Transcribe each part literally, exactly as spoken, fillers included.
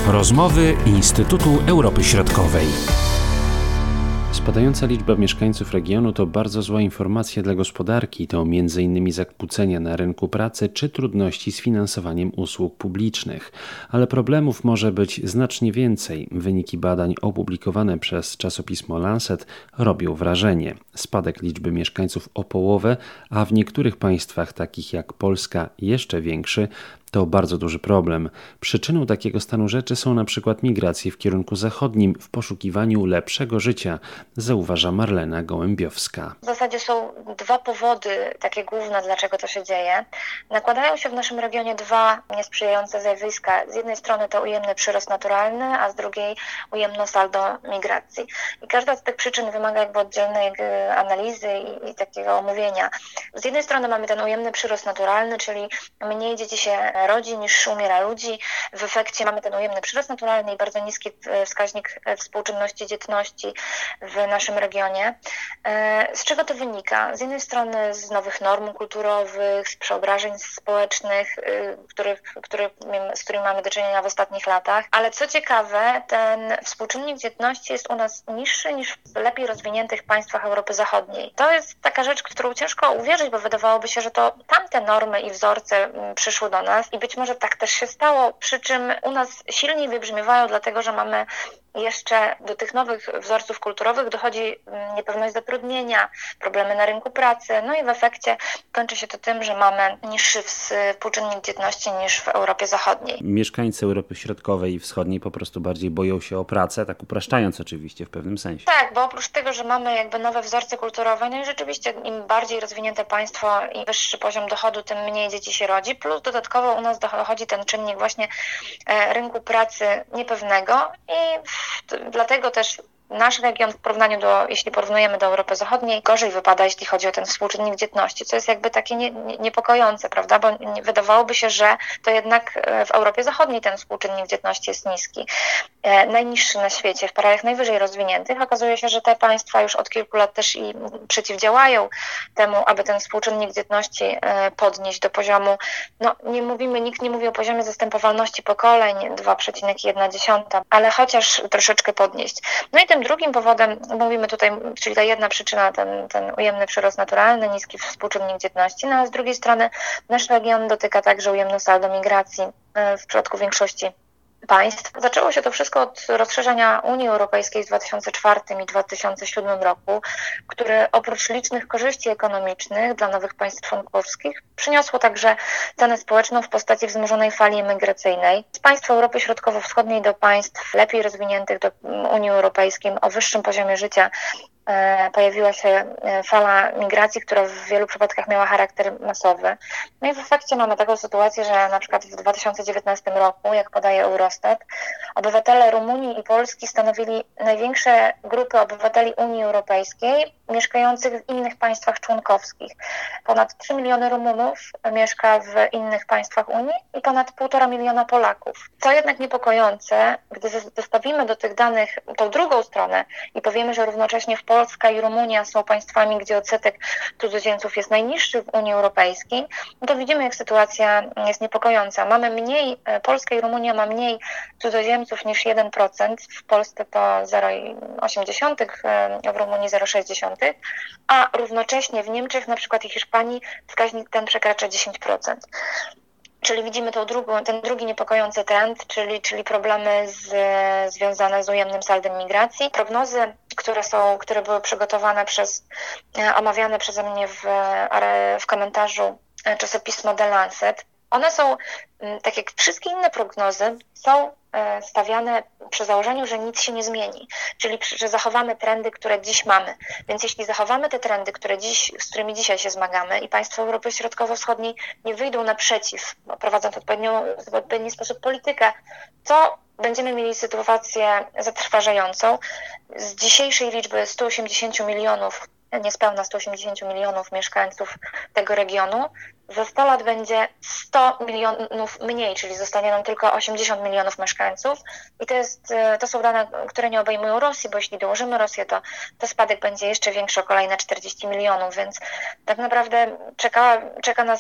Rozmowy Instytutu Europy Środkowej. Spadająca liczba mieszkańców regionu to bardzo zła informacja dla gospodarki. To między innymi zakłócenia na rynku pracy czy trudności z finansowaniem usług publicznych. Ale problemów może być znacznie więcej. Wyniki badań opublikowane przez czasopismo Lancet robią wrażenie. Spadek liczby mieszkańców o połowę, a w niektórych państwach takich jak Polska jeszcze większy, to bardzo duży problem. Przyczyną takiego stanu rzeczy są na przykład migracje w kierunku zachodnim w poszukiwaniu lepszego życia, zauważa Marlena Gołębiowska. W zasadzie są dwa powody takie główne, dlaczego to się dzieje. Nakładają się w naszym regionie dwa niesprzyjające zjawiska. Z jednej strony to ujemny przyrost naturalny, a z drugiej ujemne saldo migracji. I każda z tych przyczyn wymaga jakby oddzielnej analizy i, i takiego omówienia. Z jednej strony mamy ten ujemny przyrost naturalny, czyli mniej dzieci się rodzi niż umiera ludzi. W efekcie mamy ten ujemny przyrost naturalny i bardzo niski wskaźnik współczynności dzietności w naszym regionie. Z czego to wynika? Z jednej strony z nowych norm kulturowych, z przeobrażeń społecznych, których, których, z którymi mamy do czynienia w ostatnich latach. Ale co ciekawe, ten współczynnik dzietności jest u nas niższy niż w lepiej rozwiniętych państwach Europy Zachodniej. To jest taka rzecz, którą ciężko uwierzyć, bo wydawałoby się, że to tamte normy i wzorce przyszły do nas i być może tak też się stało, przy czym u nas silniej wybrzmiewają, dlatego że mamy jeszcze do tych nowych wzorców kulturowych dochodzi niepewność zatrudnienia, problemy na rynku pracy, no i w efekcie kończy się to tym, że mamy niższy współczynnik dzietności niż w Europie Zachodniej. Mieszkańcy Europy Środkowej i Wschodniej po prostu bardziej boją się o pracę, tak upraszczając oczywiście w pewnym sensie. Tak, bo oprócz tego, że mamy jakby nowe wzorce kulturowe, no i rzeczywiście im bardziej rozwinięte państwo i wyższy poziom dochodu, tym mniej dzieci się rodzi, plus dodatkowo u nas dochodzi ten czynnik właśnie rynku pracy niepewnego i dlatego też nasz region w porównaniu do, jeśli porównujemy do Europy Zachodniej, gorzej wypada, jeśli chodzi o ten współczynnik dzietności, co jest jakby takie nie, nie, niepokojące, prawda, bo nie, wydawałoby się, że to jednak w Europie Zachodniej ten współczynnik dzietności jest niski. E, najniższy na świecie, w krajach najwyżej rozwiniętych. Okazuje się, że te państwa już od kilku lat też i przeciwdziałają temu, aby ten współczynnik dzietności e, podnieść do poziomu, no nie mówimy, nikt nie mówi o poziomie zastępowalności pokoleń dwa przecinek jeden, ale chociaż troszeczkę podnieść. No i tym drugim powodem, mówimy tutaj, czyli ta jedna przyczyna, ten, ten ujemny przyrost naturalny, niski współczynnik dzietności, no a z drugiej strony nasz region dotyka także ujemne saldo migracji w przypadku większości państw. Zaczęło się to wszystko od rozszerzenia Unii Europejskiej w dwa tysiące czwartym i dwa tysiące siódmym roku, które oprócz licznych korzyści ekonomicznych dla nowych państw członkowskich przyniosło także cenę społeczną w postaci wzmożonej fali emigracyjnej. Z państw Europy Środkowo-Wschodniej do państw lepiej rozwiniętych do Unii Europejskiej o wyższym poziomie życia pojawiła się fala migracji, która w wielu przypadkach miała charakter masowy. No i w efekcie mamy taką sytuację, że na przykład w dwa tysiące dziewiętnastym roku, jak podaje Eurostat, obywatele Rumunii i Polski stanowili największe grupy obywateli Unii Europejskiej mieszkających w innych państwach członkowskich. Ponad trzy miliony Rumunów mieszka w innych państwach Unii i ponad półtora miliona Polaków. Co jednak niepokojące, gdy zestawimy do tych danych tą drugą stronę i powiemy, że równocześnie w Polska i Rumunia są państwami, gdzie odsetek cudzoziemców jest najniższy w Unii Europejskiej, no to widzimy, jak sytuacja jest niepokojąca. Mamy mniej, Polska i Rumunia ma mniej cudzoziemców niż jeden procent, w Polsce to zero przecinek osiem, w Rumunii zero przecinek sześć, a równocześnie w Niemczech na przykład i Hiszpanii wskaźnik ten przekracza dziesięć procent. Czyli widzimy tą drugą, ten drugi niepokojący trend, czyli, czyli problemy z, związane z ujemnym saldem migracji. Prognozy, które są, które były przygotowane przez, omawiane przeze mnie w, w komentarzu czasopisma The Lancet, one są, tak jak wszystkie inne prognozy, są stawiane przy założeniu, że nic się nie zmieni, czyli że zachowamy trendy, które dziś mamy. Więc jeśli zachowamy te trendy, które dziś, z którymi dzisiaj się zmagamy i państwa Europy Środkowo-Wschodniej nie wyjdą naprzeciw, prowadząc w odpowiedni sposób politykę, to będziemy mieli sytuację zatrważającą. Z dzisiejszej liczby stu osiemdziesięciu milionów, niespełna stu osiemdziesięciu milionów mieszkańców tego regionu, za sto lat będzie sto milionów mniej, czyli zostanie nam tylko osiemdziesiąt milionów mieszkańców i to, jest, to są dane, które nie obejmują Rosji, bo jeśli dołożymy Rosję, to, to spadek będzie jeszcze większy, o kolejne czterdzieści milionów, więc tak naprawdę czeka, czeka nas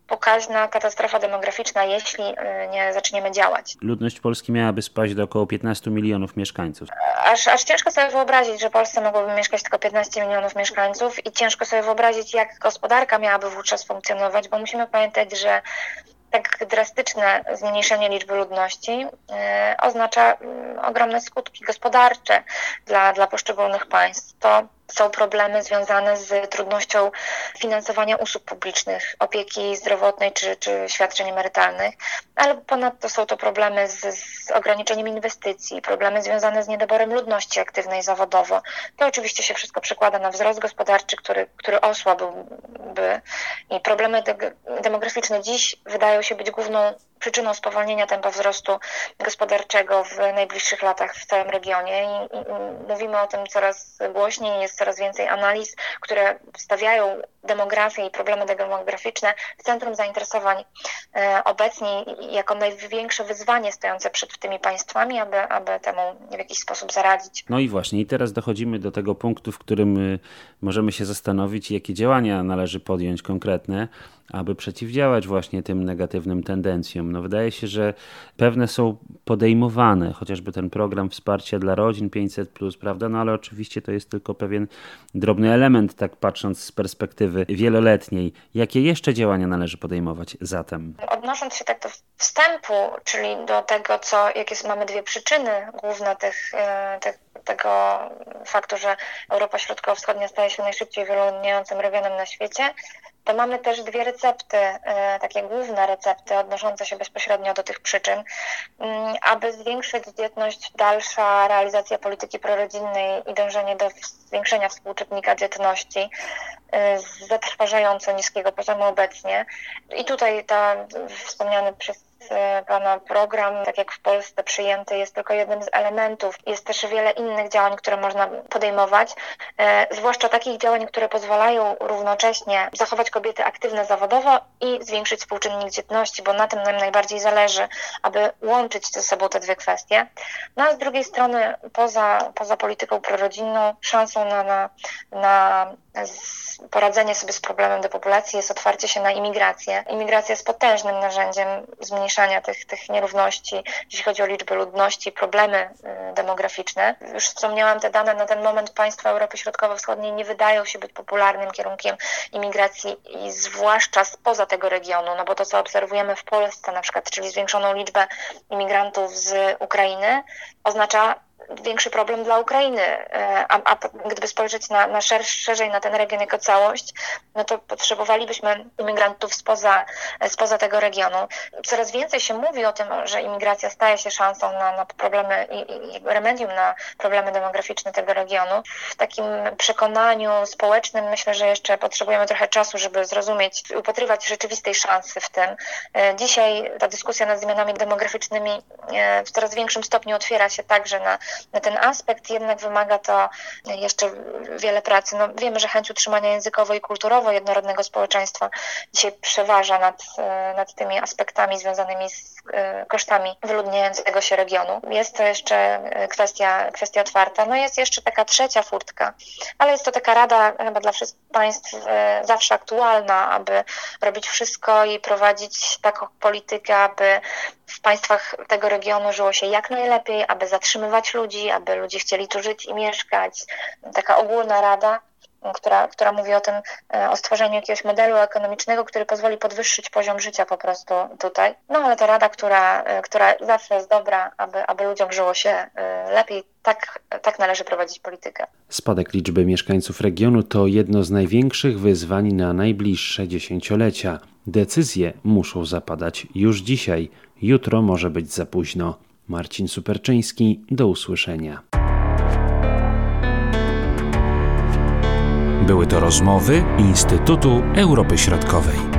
pokaźna katastrofa demograficzna, jeśli nie zaczniemy działać. Ludność Polski miałaby spaść do około piętnastu milionów mieszkańców. Aż, aż ciężko sobie wyobrazić, że w Polsce mogłoby mieszkać tylko piętnaście milionów mieszkańców i ciężko sobie wyobrazić, jak gospodarka miałaby wówczas funkcjonować, bo musimy pamiętać, że tak drastyczne zmniejszenie liczby ludności e, oznacza m, ogromne skutki gospodarcze dla, dla poszczególnych państw. To są problemy związane z trudnością finansowania usług publicznych, opieki zdrowotnej czy, czy świadczeń emerytalnych, ale ponadto są to problemy z, z ograniczeniem inwestycji, problemy związane z niedoborem ludności aktywnej zawodowo. To oczywiście się wszystko przekłada na wzrost gospodarczy, który, który osłabłby i problemy de- demograficzne dziś wydają się być główną przyczyną spowolnienia tempa wzrostu gospodarczego w najbliższych latach w całym regionie i, i, i mówimy o tym coraz głośniej, jest coraz więcej analiz, które stawiają demografię i problemy demograficzne w centrum zainteresowań e, obecnie jako największe wyzwanie stojące przed tymi państwami, aby, aby temu w jakiś sposób zaradzić. No i właśnie, i teraz dochodzimy do tego punktu, w którym y, możemy się zastanowić, jakie działania należy podjąć konkretne, aby przeciwdziałać właśnie tym negatywnym tendencjom. No wydaje się, że pewne są podejmowane, chociażby ten program wsparcia dla rodzin pięćset plus, prawda? No ale oczywiście to jest tylko pewien drobny element, tak patrząc z perspektywy wieloletniej. Jakie jeszcze działania należy podejmować zatem? Odnosząc się tak do wstępu, czyli do tego, co, jakie mamy dwie przyczyny główne tych, tych, tego faktu, że Europa Środkowo-Wschodnia staje się najszybciej wyludniającym regionem na świecie, to mamy też dwie recepty, takie główne recepty odnoszące się bezpośrednio do tych przyczyn. Aby zwiększyć dzietność, dalsza realizacja polityki prorodzinnej i dążenie do zwiększenia współczynnika dzietności z zatrważająco niskiego poziomu obecnie. I tutaj ta wspomniany przez Pana program, tak jak w Polsce przyjęty, jest tylko jednym z elementów. Jest też wiele innych działań, które można podejmować, e, zwłaszcza takich działań, które pozwalają równocześnie zachować kobiety aktywne zawodowo i zwiększyć współczynnik dzietności, bo na tym nam najbardziej zależy, aby łączyć ze sobą te dwie kwestie. No a z drugiej strony poza, poza polityką prorodzinną szansą na, na, na poradzenie sobie z problemem depopulacji jest otwarcie się na imigrację. Imigracja jest potężnym narzędziem zmniejszania tych, tych nierówności, jeśli chodzi o liczbę ludności, problemy demograficzne. Już wspomniałam te dane, na ten moment państwa Europy Środkowo-Wschodniej nie wydają się być popularnym kierunkiem imigracji i zwłaszcza spoza tego regionu, no bo to, co obserwujemy w Polsce na przykład, czyli zwiększoną liczbę imigrantów z Ukrainy, oznacza większy problem dla Ukrainy, a, a gdyby spojrzeć na, na szer, szerzej na ten region jako całość, no to potrzebowalibyśmy imigrantów spoza, spoza tego regionu. Coraz więcej się mówi o tym, że imigracja staje się szansą na, na problemy i, i remedium na problemy demograficzne tego regionu. W takim przekonaniu społecznym myślę, że jeszcze potrzebujemy trochę czasu, żeby zrozumieć i upatrywać rzeczywistej szansy w tym. Dzisiaj ta dyskusja nad zmianami demograficznymi w coraz większym stopniu otwiera się także na Na ten aspekt, jednak wymaga to jeszcze wiele pracy. No, wiemy, że chęć utrzymania językowo i kulturowo jednorodnego społeczeństwa dzisiaj przeważa nad, nad tymi aspektami związanymi z kosztami wyludniającego się regionu. Jest to jeszcze kwestia, kwestia otwarta. No jest jeszcze taka trzecia furtka, ale jest to taka rada chyba dla wszystkich państw zawsze aktualna, aby robić wszystko i prowadzić taką politykę, aby w państwach tego regionu żyło się jak najlepiej, aby zatrzymywać ludzi, aby ludzie chcieli tu żyć i mieszkać. Taka ogólna rada, która, która mówi o tym, o stworzeniu jakiegoś modelu ekonomicznego, który pozwoli podwyższyć poziom życia po prostu tutaj. No ale to rada, która, która zawsze jest dobra, aby, aby ludziom żyło się lepiej. Tak, tak należy prowadzić politykę. Spadek liczby mieszkańców regionu to jedno z największych wyzwań na najbliższe dziesięciolecia. Decyzje muszą zapadać już dzisiaj. Jutro może być za późno. Marcin Superczyński, do usłyszenia. Były to rozmowy Instytutu Europy Środkowej.